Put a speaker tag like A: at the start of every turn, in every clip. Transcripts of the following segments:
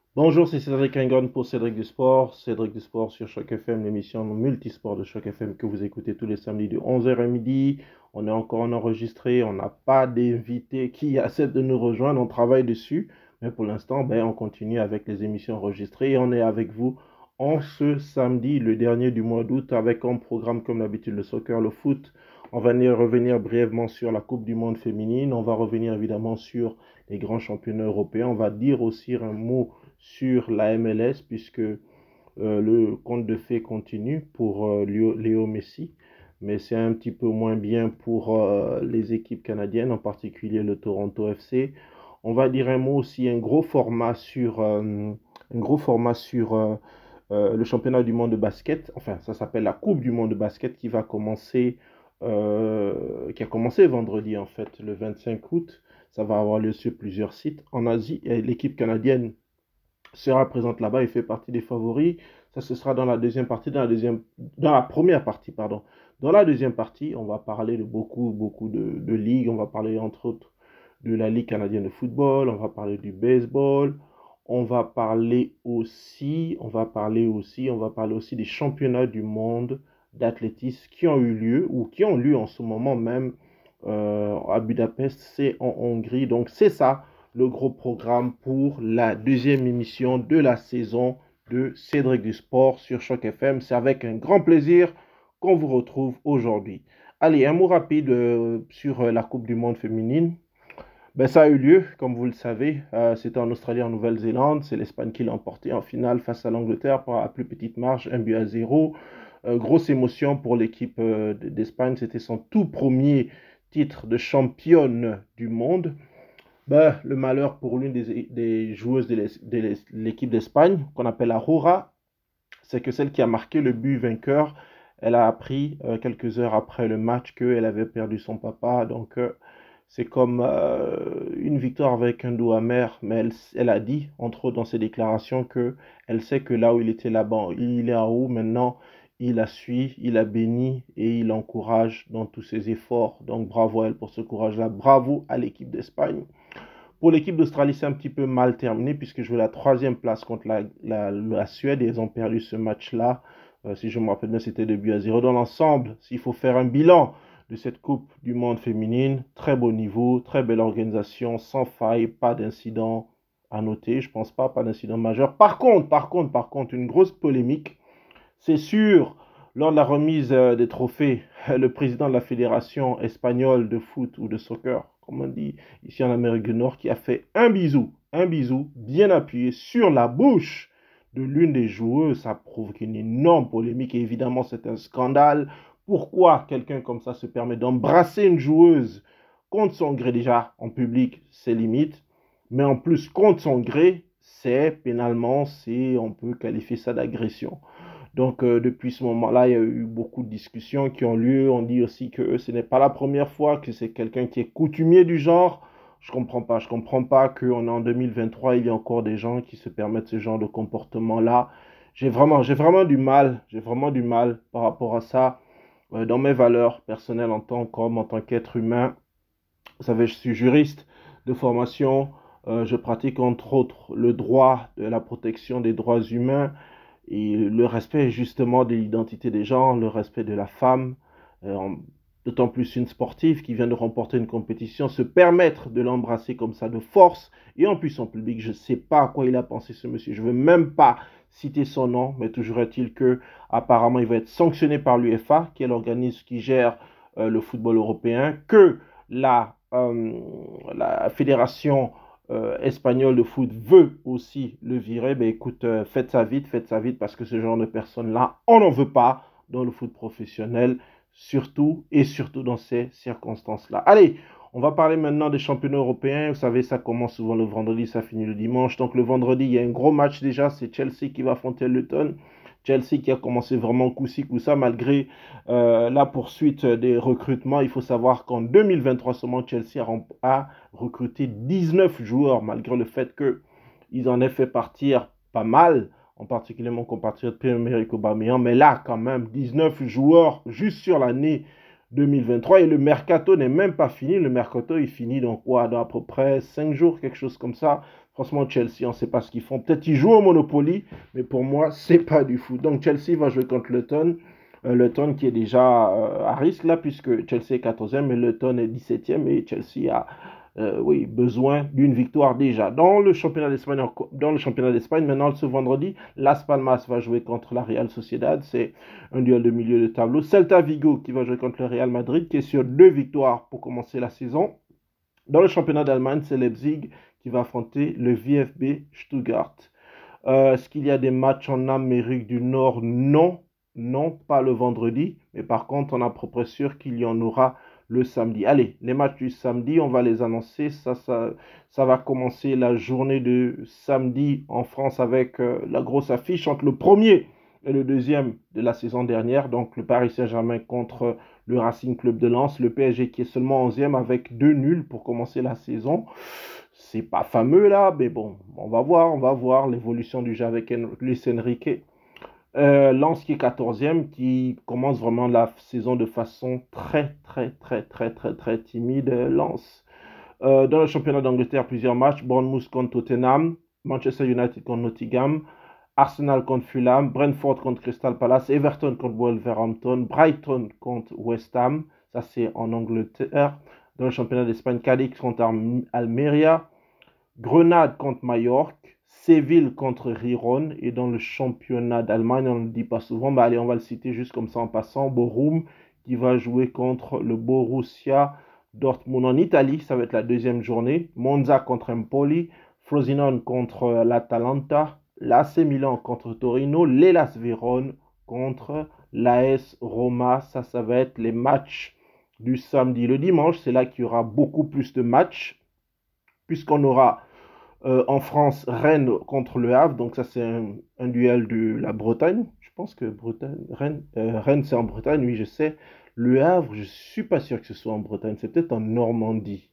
A: Bonjour, c'est Cédric Engon pour Cédric du Sport. Cédric du Sport sur Choc FM, l'émission multisport de Choc FM que vous écoutez tous les samedis de 11h à midi. On est encore en enregistré, on n'a pas d'invité qui accepte de nous rejoindre, on travaille dessus. Mais pour l'instant, on continue avec les émissions enregistrées et on est avec vous en ce samedi, le dernier du mois d'août, avec un programme comme d'habitude le soccer, le foot. On va revenir brièvement sur la Coupe du Monde féminine. On va revenir évidemment sur les grands championnats européens. On va dire aussi un mot sur la MLS puisque le conte de fées continue pour Léo Messi, mais c'est un petit peu moins bien pour les équipes canadiennes, en particulier le Toronto FC. On va dire un mot aussi, un gros format sur le championnat du monde de basket. Enfin, ça s'appelle la Coupe du monde de basket qui a commencé vendredi en fait, le 25 août. Ça va avoir lieu sur plusieurs sites en Asie et l'équipe canadienne sera présente là-bas et fait partie des favoris. Ça, ce sera dans la deuxième partie, dans la première partie, pardon. Dans la deuxième partie, on va parler de beaucoup de ligues. On va parler entre autres de la Ligue canadienne de football. On va parler du baseball. On va parler aussi des championnats du monde d'athlétisme qui ont eu lieu ou qui ont lieu en ce moment même à Budapest, c'est en Hongrie. Donc c'est ça le gros programme pour la deuxième émission de la saison de Cédric du Sport sur Choc FM. C'est avec un grand plaisir qu'on vous retrouve aujourd'hui. Allez, un mot rapide sur la Coupe du Monde féminine. Ça a eu lieu, comme vous le savez. C'était en Australie, en Nouvelle-Zélande. C'est l'Espagne qui l'a emporté en finale face à l'Angleterre par la plus petite marge, 1-0. Grosse émotion pour l'équipe d'Espagne. C'était son tout premier titre de championne du monde. Le malheur pour l'une des joueuses de l'équipe d'Espagne, qu'on appelle Aurora, c'est que celle qui a marqué le but vainqueur, elle a appris quelques heures après le match qu'elle avait perdu son papa. Donc, c'est comme une victoire avec un doux amer. Mais elle a dit, entre autres dans ses déclarations, que elle sait que là où il était là-bas, il est en haut maintenant. Il la suit, il la bénit et il l'encourage dans tous ses efforts. Donc, bravo à elle pour ce courage-là. Bravo à l'équipe d'Espagne. Pour l'équipe d'Australie, c'est un petit peu mal terminé puisque jouait la troisième place contre la Suède et ils ont perdu ce match-là. Si je me rappelle bien, c'était 2-0. Dans l'ensemble, s'il faut faire un bilan de cette Coupe du Monde féminine, très beau niveau, très belle organisation, sans faille, pas d'incident à noter. Je pense pas d'incident majeur. Par contre, une grosse polémique c'est sûr, lors de la remise des trophées, le président de la fédération espagnole de foot ou de soccer, comme on dit ici en Amérique du Nord, qui a fait un bisou bien appuyé sur la bouche de l'une des joueuses, ça provoque une énorme polémique et évidemment c'est un scandale. Pourquoi quelqu'un comme ça se permet d'embrasser une joueuse contre son gré déjà en public, c'est limite, mais en plus contre son gré, c'est pénalement, on peut qualifier ça d'agression. Donc, depuis ce moment-là, il y a eu beaucoup de discussions qui ont lieu. On dit aussi que ce n'est pas la première fois que c'est quelqu'un qui est coutumier du genre. Je comprends pas qu'on est en 2023, il y a encore des gens qui se permettent ce genre de comportement-là. J'ai vraiment du mal par rapport à ça. Dans mes valeurs personnelles en tant qu'homme, en tant qu'être humain, vous savez, je suis juriste de formation. Je pratique entre autres le droit de la protection des droits humains et le respect justement de l'identité des gens, le respect de la femme, euh, d'autant plus une sportive qui vient de remporter une compétition, se permettre de l'embrasser comme ça de force et en plus en public, je ne sais pas à quoi il a pensé ce monsieur, je ne veux même pas citer son nom, mais toujours est-il que apparemment il va être sanctionné par l'UEFA, qui est l'organisme qui gère le football européen, que la fédération espagnol de foot veut aussi le virer, écoute, faites ça vite parce que ce genre de personnes-là, on n'en veut pas dans le foot professionnel, surtout et surtout dans ces circonstances-là. Allez, on va parler maintenant des championnats européens. Vous savez, ça commence souvent le vendredi, ça finit le dimanche. Donc le vendredi, il y a un gros match déjà, c'est Chelsea qui va affronter Luton. Chelsea qui a commencé vraiment coup-ci, coup-ça, malgré la poursuite des recrutements. Il faut savoir qu'en 2023 seulement, Chelsea a recruté 19 joueurs, malgré le fait qu'ils en aient fait partir pas mal, en particulier mon compatriote Pierre-Emerick Aubameyang. Mais là, quand même, 19 joueurs juste sur l'année 2023 et le mercato n'est même pas fini. Le mercato, il finit dans quoi? Dans à peu près 5 jours, quelque chose comme ça. Franchement, Chelsea, on ne sait pas ce qu'ils font. Peut-être qu'ils jouent au Monopoly, mais pour moi, c'est pas du foot. Donc Chelsea va jouer contre Luton. Luton qui est déjà à risque là, puisque Chelsea est 14e, mais Luton est 17e et Chelsea a oui, besoin d'une victoire déjà. Dans le championnat d'Espagne, maintenant ce vendredi, Las Palmas va jouer contre la Real Sociedad. C'est un duel de milieu de tableau. Celta Vigo qui va jouer contre le Real Madrid, qui est sur 2 victoires pour commencer la saison. Dans le championnat d'Allemagne, c'est Leipzig qui va affronter le VfB Stuttgart. Est-ce qu'il y a des matchs en Amérique du Nord? Non, non, pas le vendredi, mais par contre, on est à peu près sûr qu'il y en aura le samedi. Allez, les matchs du samedi, on va les annoncer. Ça va commencer la journée de samedi en France avec la grosse affiche entre le premier et le deuxième de la saison dernière. Donc, le Paris Saint-Germain contre le Racing Club de Lens. Le PSG qui est seulement 11e avec 2 nuls pour commencer la saison. C'est pas fameux là, mais bon, on va voir l'évolution du jeu avec Luis Enrique. Lens qui est 14e, qui commence vraiment la saison de façon très timide. Lens. Dans le championnat d'Angleterre, plusieurs matchs. Bournemouth contre Tottenham, Manchester United contre Nottingham, Arsenal contre Fulham, Brentford contre Crystal Palace, Everton contre Wolverhampton, Brighton contre West Ham. Ça, c'est en Angleterre. Dans le championnat d'Espagne, Cadix contre Almeria, Grenade contre Majorque, Séville contre Riron. Et dans le championnat d'Allemagne, on ne le dit pas souvent, mais allez, on va le citer juste comme ça en passant. Bochum qui va jouer contre le Borussia Dortmund. En Italie, ça va être la deuxième journée. Monza contre Empoli, Frosinone contre l'Atalanta, l'AC Milan contre Torino, l'Hellas Vérone contre l'AS Roma. Ça va être les matchs du samedi. Le dimanche, c'est là qu'il y aura beaucoup plus de matchs, puisqu'on aura en France, Rennes contre Le Havre. Donc ça, c'est un duel de la Bretagne. Je pense que Rennes, c'est en Bretagne, oui, je sais. Le Havre, je ne suis pas sûr que ce soit en Bretagne. C'est peut-être en Normandie.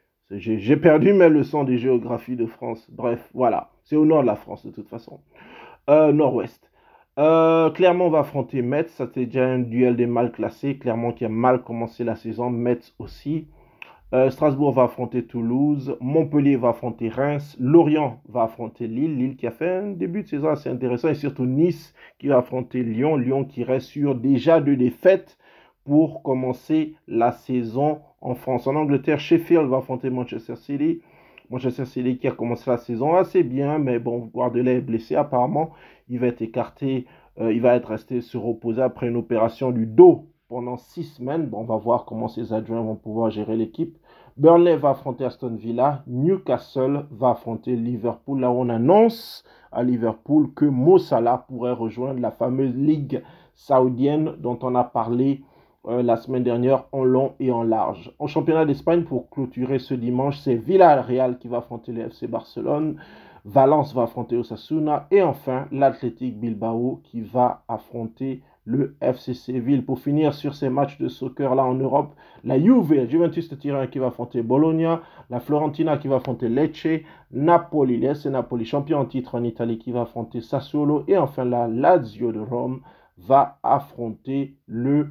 A: J'ai perdu mes leçons de géographie de France. Bref, voilà. C'est au nord de la France, de toute façon. Nord-ouest. Clermont va affronter Metz. Ça, c'est déjà un duel des mal classés. Clermont qui a mal commencé la saison. Metz aussi. Strasbourg va affronter Toulouse, Montpellier va affronter Reims, Lorient va affronter Lille, Lille qui a fait un début de saison assez intéressant, et surtout Nice qui va affronter Lyon, Lyon qui reste sur déjà 2 défaites pour commencer la saison en France. En Angleterre, Sheffield va affronter Manchester City, Manchester City qui a commencé la saison assez bien, mais bon, Guardiola est blessé apparemment, il va être écarté, il va être resté se reposer après une opération du dos pendant 6 semaines. Bon, on va voir comment ses adjoints vont pouvoir gérer l'équipe. Burnley va affronter Aston Villa. Newcastle va affronter Liverpool. Là, on annonce à Liverpool que Mo Salah pourrait rejoindre la fameuse ligue saoudienne dont on a parlé la semaine dernière en long et en large. En championnat d'Espagne, pour clôturer ce dimanche, c'est Villarreal qui va affronter le FC Barcelone. Valence va affronter Osasuna. Et enfin, l'Athletic Bilbao qui va affronter le FC Séville. Pour finir sur ces matchs de soccer là en Europe, la Juventus de Turin qui va affronter Bologna, la Fiorentina qui va affronter Lecce, Napoli, l'SC Napoli, champion en titre en Italie qui va affronter Sassuolo, et enfin la Lazio de Rome va affronter le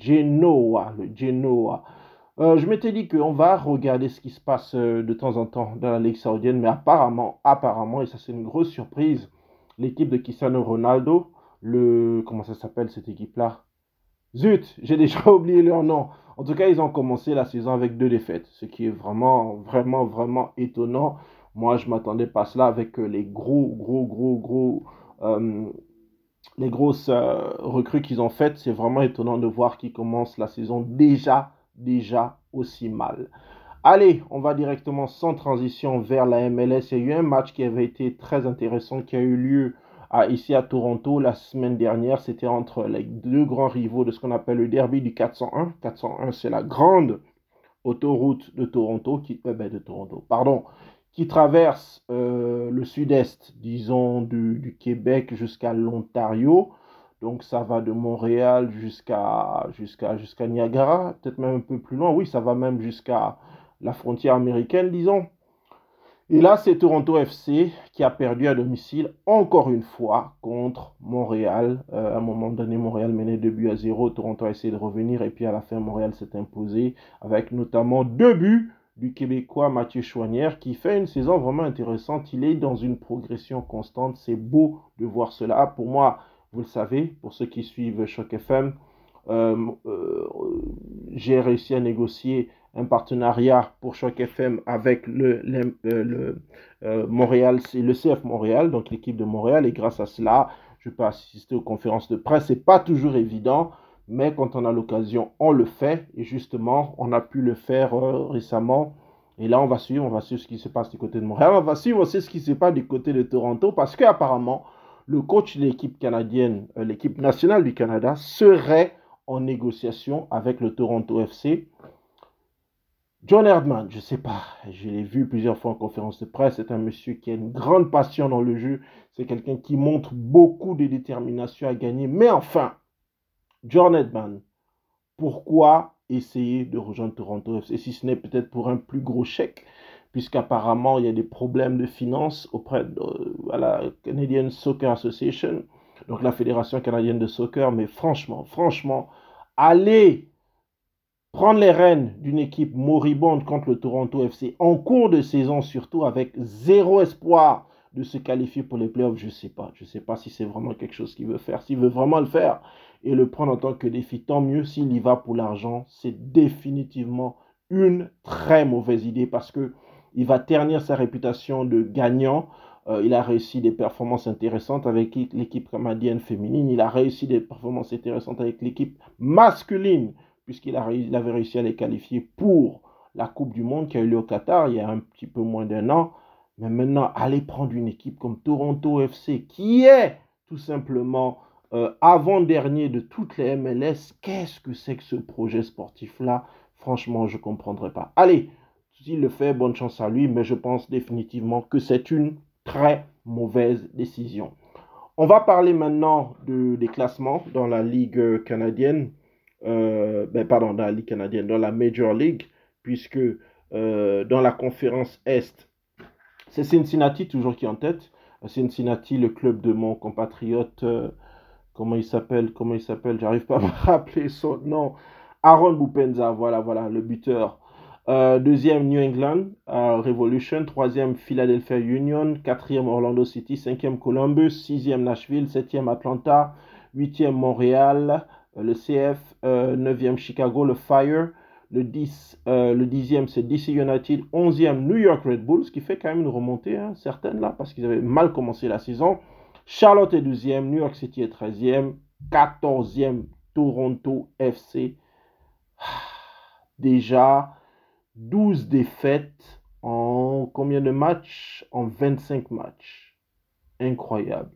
A: Genoa. Je m'étais dit qu'on va regarder ce qui se passe de temps en temps dans la Ligue saoudienne, mais apparemment, et ça c'est une grosse surprise, l'équipe de Cristiano Ronaldo, comment ça s'appelle cette équipe-là? Zut, j'ai déjà oublié leur nom. En tout cas, ils ont commencé la saison avec 2 défaites, ce qui est vraiment étonnant. Moi, je m'attendais pas à cela avec les les grosses recrues qu'ils ont faites. C'est vraiment étonnant de voir qu'ils commencent la saison déjà aussi mal. Allez, on va directement sans transition vers la MLS. Il y a eu un match qui avait été très intéressant qui a eu lieu ici à Toronto la semaine dernière. C'était entre les 2 grands rivaux de ce qu'on appelle le derby du 401. 401, c'est la grande autoroute de Toronto, qui traverse le sud-est, disons, du Québec jusqu'à l'Ontario. Donc ça va de Montréal jusqu'à Niagara, peut-être même un peu plus loin. Oui, ça va même jusqu'à la frontière américaine, disons. Et là, c'est Toronto FC qui a perdu à domicile encore une fois contre Montréal. À un moment donné, Montréal menait 2-0. Toronto a essayé de revenir et puis à la fin, Montréal s'est imposé avec notamment 2 buts du Québécois Mathieu Choinière qui fait une saison vraiment intéressante. Il est dans une progression constante. C'est beau de voir cela. Pour moi, vous le savez, pour ceux qui suivent Choc FM, euh, euh, j'ai réussi à négocier un partenariat pour Choc FM avec Montréal, c'est le CF Montréal, donc l'équipe de Montréal. Et grâce à cela, je peux assister aux conférences de presse. C'est pas toujours évident, mais quand on a l'occasion, on le fait. Et justement, on a pu le faire récemment. Et là, on va suivre ce qui se passe du côté de Montréal. On va suivre aussi ce qui se passe du côté de Toronto parce qu'apparemment, le coach de l'équipe canadienne, l'équipe nationale du Canada, serait en négociation avec le Toronto FC. John Herdman, je ne sais pas, je l'ai vu plusieurs fois en conférence de presse, c'est un monsieur qui a une grande passion dans le jeu, c'est quelqu'un qui montre beaucoup de détermination à gagner, mais enfin, John Herdman, pourquoi essayer de rejoindre Toronto FC si ce n'est peut-être pour un plus gros chèque, puisqu'apparemment il y a des problèmes de finances auprès de la Canadian Soccer Association, donc la Fédération canadienne de soccer, mais franchement, allez prendre les rênes d'une équipe moribonde contre le Toronto FC en cours de saison, surtout avec zéro espoir de se qualifier pour les playoffs, je ne sais pas si c'est vraiment quelque chose qu'il veut faire. S'il veut vraiment le faire et le prendre en tant que défi, tant mieux. S'il y va pour l'argent, c'est définitivement une très mauvaise idée parce que il va ternir sa réputation de gagnant. Il a réussi des performances intéressantes avec l'équipe canadienne féminine. Il a réussi des performances intéressantes avec l'équipe masculine puisqu'il avait réussi à les qualifier pour la Coupe du Monde qui a eu lieu au Qatar il y a un petit peu moins d'un an. Mais maintenant, aller prendre une équipe comme Toronto FC, qui est tout simplement avant-dernier de toutes les MLS, qu'est-ce que c'est que ce projet sportif-là? Franchement, je ne comprendrai pas. Allez, s'il le fait, bonne chance à lui, mais je pense définitivement que c'est une très mauvaise décision. On va parler maintenant des classements dans la Ligue canadienne. Pardon, dans la Ligue canadienne, dans la Major League, puisque dans la conférence Est, c'est Cincinnati toujours qui est en tête. Cincinnati, le club de mon compatriote, comment il s'appelle, j'arrive pas à me rappeler son nom. Aaron Bupenza, voilà, le buteur. Deuxième, New England Revolution. Troisième, Philadelphia Union. Quatrième, Orlando City. Cinquième, Columbus. Sixième, Nashville. Septième, Atlanta. Huitième, Montréal, le CF. Neuvième, Chicago, le Fire. Le 10e, c'est DC United. 11e, New York Red Bulls, qui fait quand même une remontée, hein, certaine là, parce qu'ils avaient mal commencé la saison. Charlotte est 12e, New York City est 13e. 14e, Toronto FC. Déjà, 12 défaites en combien de matchs? En 25 matchs. Incroyable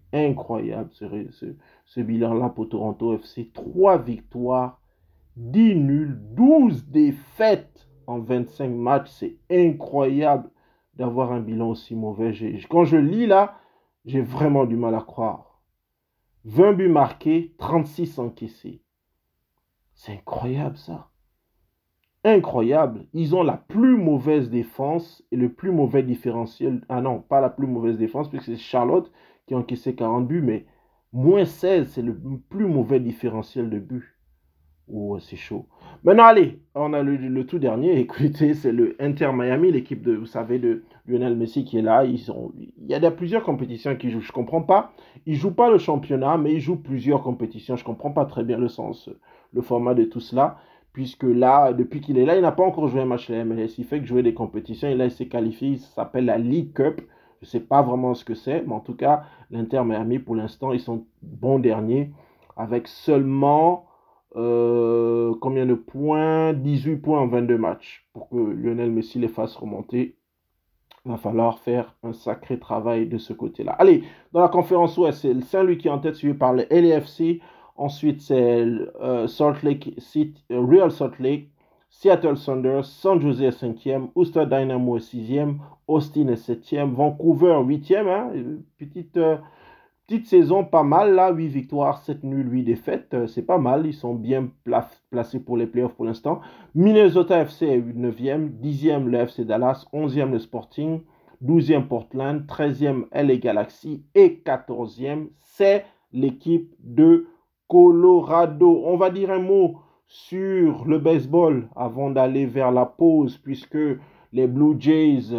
A: ce bilan-là pour Toronto FC. 3 victoires, 10 nuls, 12 défaites en 25 matchs. C'est incroyable d'avoir un bilan aussi mauvais. Quand je lis là, j'ai vraiment du mal à croire. 20 buts marqués, 36 encaissés. C'est incroyable ça. Incroyable. Ils ont la plus mauvaise défense et le plus mauvais différentiel. Ah non, pas la plus mauvaise défense, puisque c'est Charlotte qui a encaissé 40 buts, mais moins 16, c'est le plus mauvais différentiel de buts. Oh, c'est chaud. Maintenant, allez, on a le tout dernier. Écoutez, c'est le Inter Miami, l'équipe de, vous savez, de Lionel Messi qui est là. Il y a plusieurs compétitions qu'ils jouent. Je ne comprends pas. Ils ne jouent pas le championnat, mais ils jouent plusieurs compétitions. Je ne comprends pas très bien le sens, le format de tout cela. Puisque là, depuis qu'il est là, il n'a pas encore joué un match de la MLS. Il fait que jouer des compétitions. Et là, il s'est qualifié. Ça s'appelle la League Cup. Je ne sais pas vraiment ce que c'est. Mais en tout cas, l'Inter Miami, pour l'instant, ils sont bons derniers. Avec seulement... combien de points? 18 points en 22 matchs. Pour que Lionel Messi les fasse remonter, il va falloir faire un sacré travail de ce côté-là. Allez, dans la conférence Ouest, c'est le Saint-Louis qui est en tête, suivi par le LAFC. Ensuite, c'est Salt Lake City, Real Salt Lake, Seattle Sounders, San Jose est 5e, Houston Dynamo est 6e, Austin est 7e, Vancouver 8e, hein, petite saison pas mal là, 8 victoires, 7 nuls, 8 défaites, c'est pas mal, ils sont bien placés pour les playoffs pour l'instant. Minnesota FC est 9e, 10e le FC Dallas, 11e le Sporting, 12e Portland, 13e LA Galaxy et 14e c'est l'équipe de Colorado. On va dire un mot sur le baseball avant d'aller vers la pause puisque Les Blue Jays,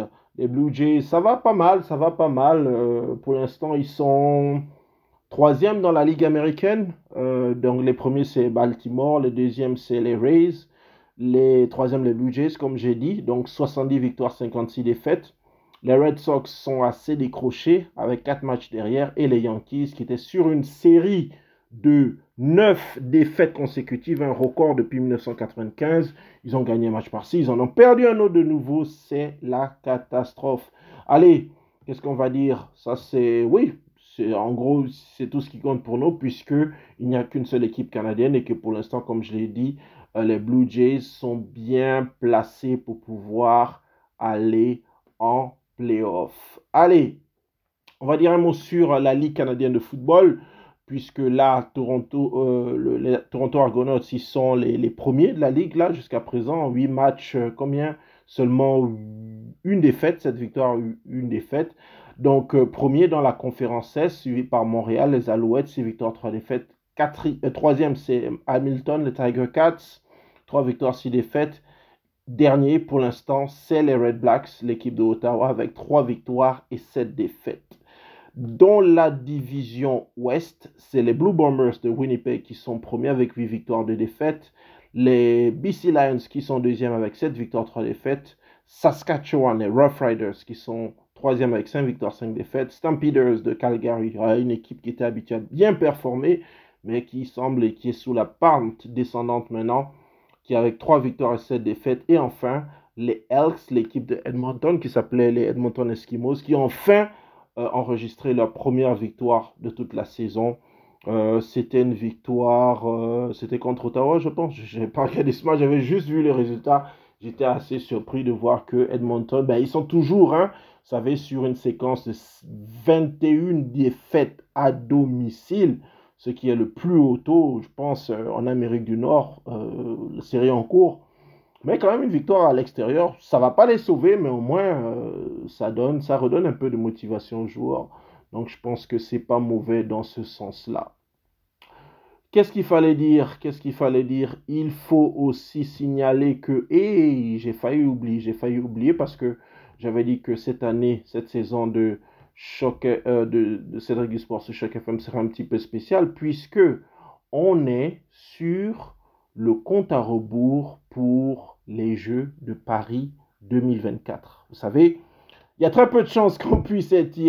A: ça va pas mal, ça va pas mal. Pour l'instant, ils sont troisième dans la Ligue américaine. Donc les premiers, c'est Baltimore, les deuxièmes, c'est les Rays, les troisièmes, les Blue Jays, comme j'ai dit. Donc 70 victoires, 56 défaites. Les Red Sox sont assez décrochés avec 4 matchs derrière et les Yankees qui étaient sur une série de 9 défaites consécutives, un record depuis 1995. Ils ont gagné un match par-ci, ils en ont perdu un autre de nouveau. C'est la catastrophe. Allez, qu'est-ce qu'on va dire? Ça, c'est... Oui, en gros, c'est tout ce qui compte pour nous puisqu'il n'y a qu'une seule équipe canadienne et que pour l'instant, comme je l'ai dit, les Blue Jays sont bien placés pour pouvoir aller en playoff. Allez, on va dire un mot sur la Ligue canadienne de football, puisque là, les Toronto Argonauts, ils sont les premiers de la Ligue, là, jusqu'à présent, 8 matchs, combien? Seulement une défaite, cette victoire, une défaite. Donc, premier dans la conférence S, suivi par Montréal, les Alouettes, 6 victoires, 3 défaites. Troisième, c'est Hamilton, les Tiger Cats, 3 victoires, 6 défaites. Dernier, pour l'instant, c'est les Red Blacks, l'équipe de Ottawa, avec 3 victoires et 7 défaites. Dans la division Ouest, c'est les Blue Bombers de Winnipeg qui sont premiers avec 8 victoires, 2 défaites. Les BC Lions qui sont deuxièmes avec 7 victoires, 3 défaites. Saskatchewan, les Rough Riders qui sont troisième avec 5 victoires, 5 défaites. Stampeders de Calgary, une équipe qui était habituée à bien performer, mais qui semble et qui est sous la pente descendante maintenant, qui avec 3 victoires et 7 défaites. Et enfin, les Elks, l'équipe de Edmonton qui s'appelait les Edmonton Eskimos, qui ont enfin enregistré leur première victoire de toute la saison. C'était une victoire, c'était contre Ottawa, je pense. Je n'ai pas regardé ce match, j'avais juste vu les résultats. J'étais assez surpris de voir que Edmonton, ils sont toujours, vous savez, sur une séquence de 21 défaites à domicile, ce qui est le plus haut taux, je pense, en Amérique du Nord, la série en cours. Mais quand même une victoire à l'extérieur, ça ne va pas les sauver, mais au moins ça redonne un peu de motivation aux joueurs. Donc je pense que c'est pas mauvais dans ce sens-là. Qu'est-ce qu'il fallait dire? Qu'est-ce qu'il fallait dire? Il faut aussi signaler que, et j'ai failli oublier parce que j'avais dit que cette année, cette saison de Choc, de Cédric du Sport sur Choc FM sera un petit peu spéciale puisque on est sur le compte à rebours pour les Jeux de Paris 2024. Vous savez, il y a très peu de chances qu'on puisse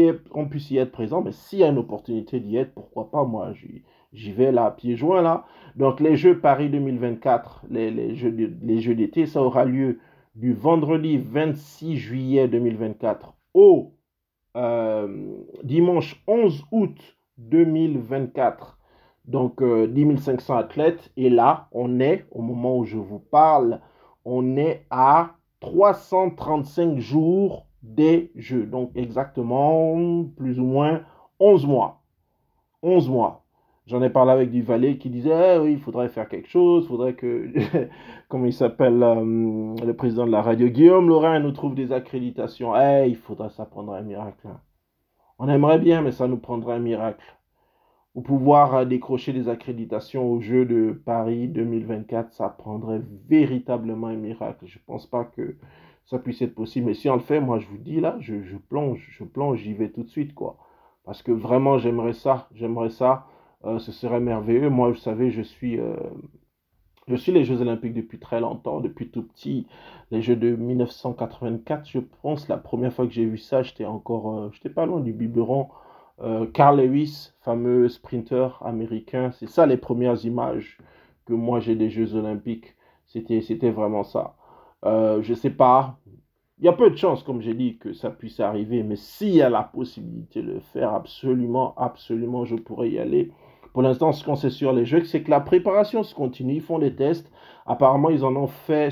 A: y être présent, mais s'il y a une opportunité d'y être, pourquoi pas, moi, j'y vais là, à pieds joints, là. Donc, les Jeux Paris 2024, les Jeux d'été, ça aura lieu du vendredi 26 juillet 2024 au dimanche 11 août 2024. Donc, 10 500 athlètes. Et là, on est, au moment où je vous parle, on est à 335 jours des Jeux. Donc, exactement, plus ou moins 11 mois. 11 mois. J'en ai parlé avec Duvalier qui disait oui, il faudrait faire quelque chose, il faudrait que, comment il s'appelle, le président de la radio, Guillaume Laurin, nous trouve des accréditations. Il faudrait, ça prendrait un miracle. On aimerait bien, mais ça nous prendrait un miracle. Pour pouvoir décrocher des accréditations aux Jeux de Paris 2024, ça prendrait véritablement un miracle. Je ne pense pas que ça puisse être possible. Mais si on le fait, moi je vous dis là, je plonge, j'y vais tout de suite, quoi. Parce que vraiment, j'aimerais ça. Ce serait merveilleux. Moi, vous savez, je suis les Jeux Olympiques depuis très longtemps, depuis tout petit. Les Jeux de 1984, je pense, la première fois que j'ai vu ça, j'étais pas loin du biberon. Carl Lewis, fameux sprinter américain, c'est ça les premières images que moi j'ai des Jeux Olympiques. C'était vraiment ça. Je sais pas, il y a peu de chances, comme j'ai dit, que ça puisse arriver, mais s'il y a la possibilité de le faire, absolument, absolument, je pourrais y aller. Pour l'instant, ce qu'on sait sur les Jeux, c'est que la préparation se continue. Ils font des tests. Apparemment, ils en ont fait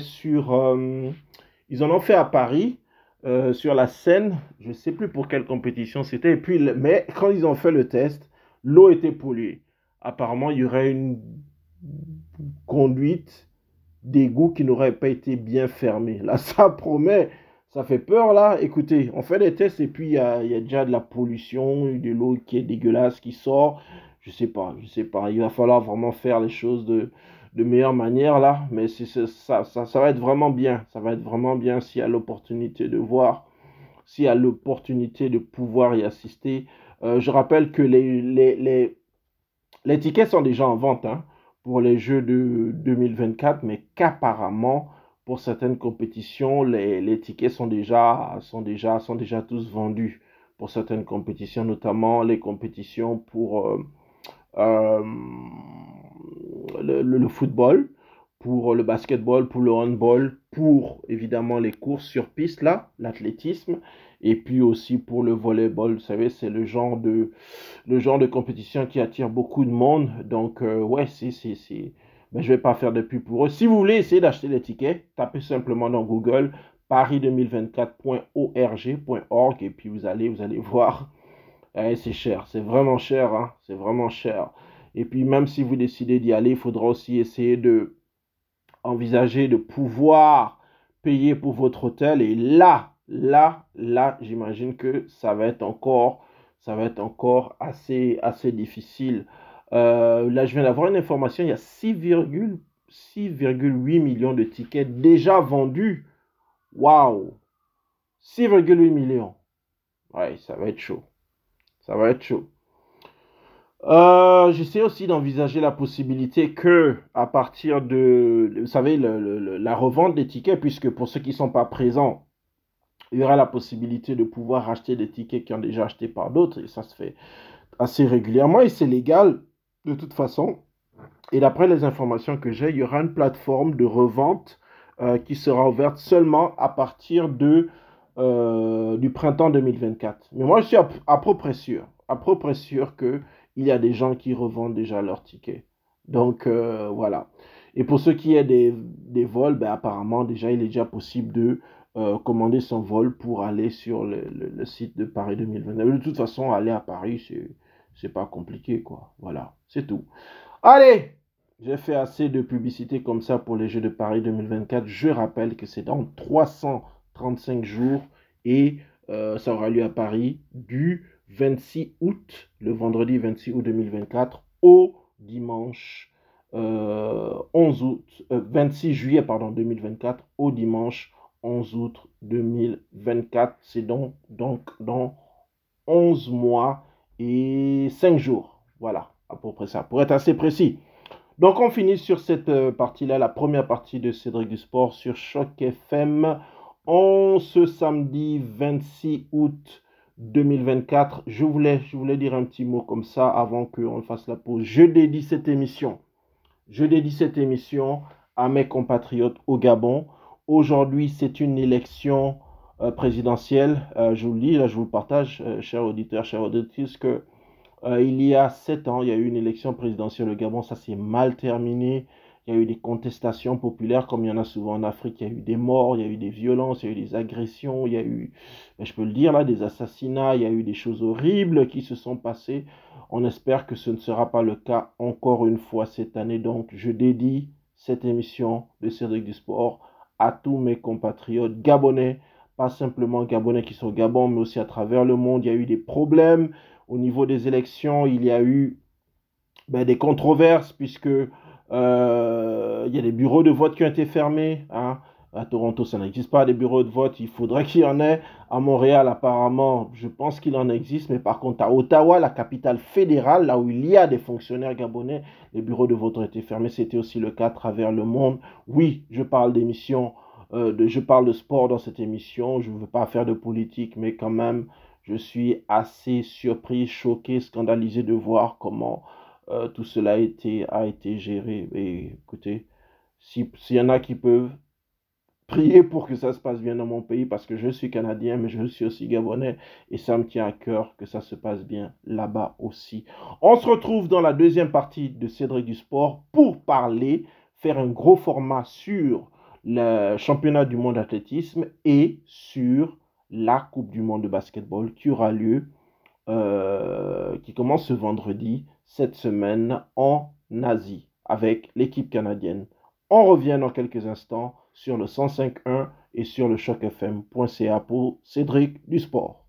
A: à Paris, sur la Seine. Je ne sais plus pour quelle compétition c'était. Mais quand ils ont fait le test, l'eau était polluée. Apparemment, il y aurait une conduite d'égout qui n'aurait pas été bien fermée. Là, ça promet. Ça fait peur là. Écoutez, on fait des tests et puis il y a déjà de la pollution, de l'eau qui est dégueulasse qui sort. Je sais pas. Il va falloir vraiment faire les choses de meilleure manière là, mais ça va être vraiment bien. Ça va être vraiment bien s'il y a l'opportunité de voir, s'il y a l'opportunité de pouvoir y assister. Je rappelle que les tickets sont déjà en vente hein, pour les Jeux de 2024, mais qu'apparemment, pour certaines compétitions, les tickets sont déjà tous vendus pour certaines compétitions, notamment les compétitions pour euh, le football, pour le basketball, pour le handball, pour évidemment les courses sur piste, là, l'athlétisme, et puis aussi pour le volleyball. Vous savez, c'est le genre de compétition qui attire beaucoup de monde. Donc, ouais, ben, je vais pas faire de pub pour eux. Si vous voulez essayer d'acheter des tickets, tapez simplement dans Google paris2024.org et puis vous allez voir. C'est cher, c'est vraiment cher, hein, c'est vraiment cher. Et puis même si vous décidez d'y aller, il faudra aussi essayer de envisager de pouvoir payer pour votre hôtel. Et là, j'imagine que ça va être encore assez difficile. Là, je viens d'avoir une information, il y a 6,8 millions de tickets déjà vendus. Waouh! 6,8 millions. Ouais, ça va être chaud. Ça va être chaud. J'essaie aussi d'envisager la possibilité que, à partir de, vous savez, la revente des tickets, puisque pour ceux qui ne sont pas présents, il y aura la possibilité de pouvoir acheter des tickets qui ont déjà acheté par d'autres, et ça se fait assez régulièrement, et c'est légal de toute façon. Et d'après les informations que j'ai, il y aura une plateforme de revente qui sera ouverte seulement à partir du printemps 2024. Mais moi, je suis à peu près sûr qu'il y a des gens qui revendent déjà leurs tickets. Donc, voilà. Et pour ceux qui aient des vols, ben, apparemment, déjà, il est déjà possible de commander son vol pour aller sur le site de Paris 2029. De toute façon, aller à Paris, c'est pas compliqué, quoi. Voilà, c'est tout. Allez, j'ai fait assez de publicité comme ça pour les Jeux de Paris 2024. Je rappelle que c'est dans 335 jours et ça aura lieu à Paris du 26 août, le vendredi 26 août 2024 au dimanche 11 août, 26 juillet pardon, 2024 au dimanche 11 août 2024. C'est donc dans 11 mois et 5 jours. Voilà, à peu près ça, pour être assez précis. Donc, on finit sur cette partie-là, la première partie de Cédric du Sport sur Choc FM. En ce samedi 26 août 2024, je voulais dire un petit mot comme ça avant qu'on fasse la pause. Je dédie cette émission. Je dédie cette émission à mes compatriotes au Gabon. Aujourd'hui, c'est une élection présidentielle. Je vous le dis, là, je vous le partage, chers auditeurs, chers auditrices, que il y a 7 ans, il y a eu une élection présidentielle au Gabon, ça s'est mal terminé. Il y a eu des contestations populaires comme il y en a souvent en Afrique. Il y a eu des morts, il y a eu des violences, il y a eu des agressions, il y a eu, je peux le dire là, des assassinats, il y a eu des choses horribles qui se sont passées. On espère que ce ne sera pas le cas encore une fois cette année. Donc, je dédie cette émission de Cédric du Sport à tous mes compatriotes gabonais, pas simplement gabonais qui sont au Gabon, mais aussi à travers le monde. Il y a eu des problèmes au niveau des élections, il y a eu des controverses puisque il y a des bureaux de vote qui ont été fermés. Hein. À Toronto, ça n'existe pas des bureaux de vote. Il faudrait qu'il y en ait. À Montréal, apparemment, je pense qu'il en existe. Mais par contre, à Ottawa, la capitale fédérale, là où il y a des fonctionnaires gabonais, les bureaux de vote ont été fermés. C'était aussi le cas à travers le monde. Oui, je parle d'émissions, je parle de sport dans cette émission. Je ne veux pas faire de politique, mais quand même, je suis assez surpris, choqué, scandalisé de voir comment tout cela a été géré. Et écoutez, s'il y en a qui peuvent prier pour que ça se passe bien dans mon pays, parce que je suis Canadien, mais je suis aussi Gabonais, et ça me tient à cœur que ça se passe bien là-bas aussi. On se retrouve dans la deuxième partie de Cédric du Sport pour parler, faire un gros format sur le championnat du monde d'athlétisme et sur la Coupe du monde de basketball qui aura lieu, qui commence ce vendredi, cette semaine en Asie, avec l'équipe canadienne. On revient dans quelques instants sur le 105.1 et sur le chocfm.ca pour Cédric du Sport.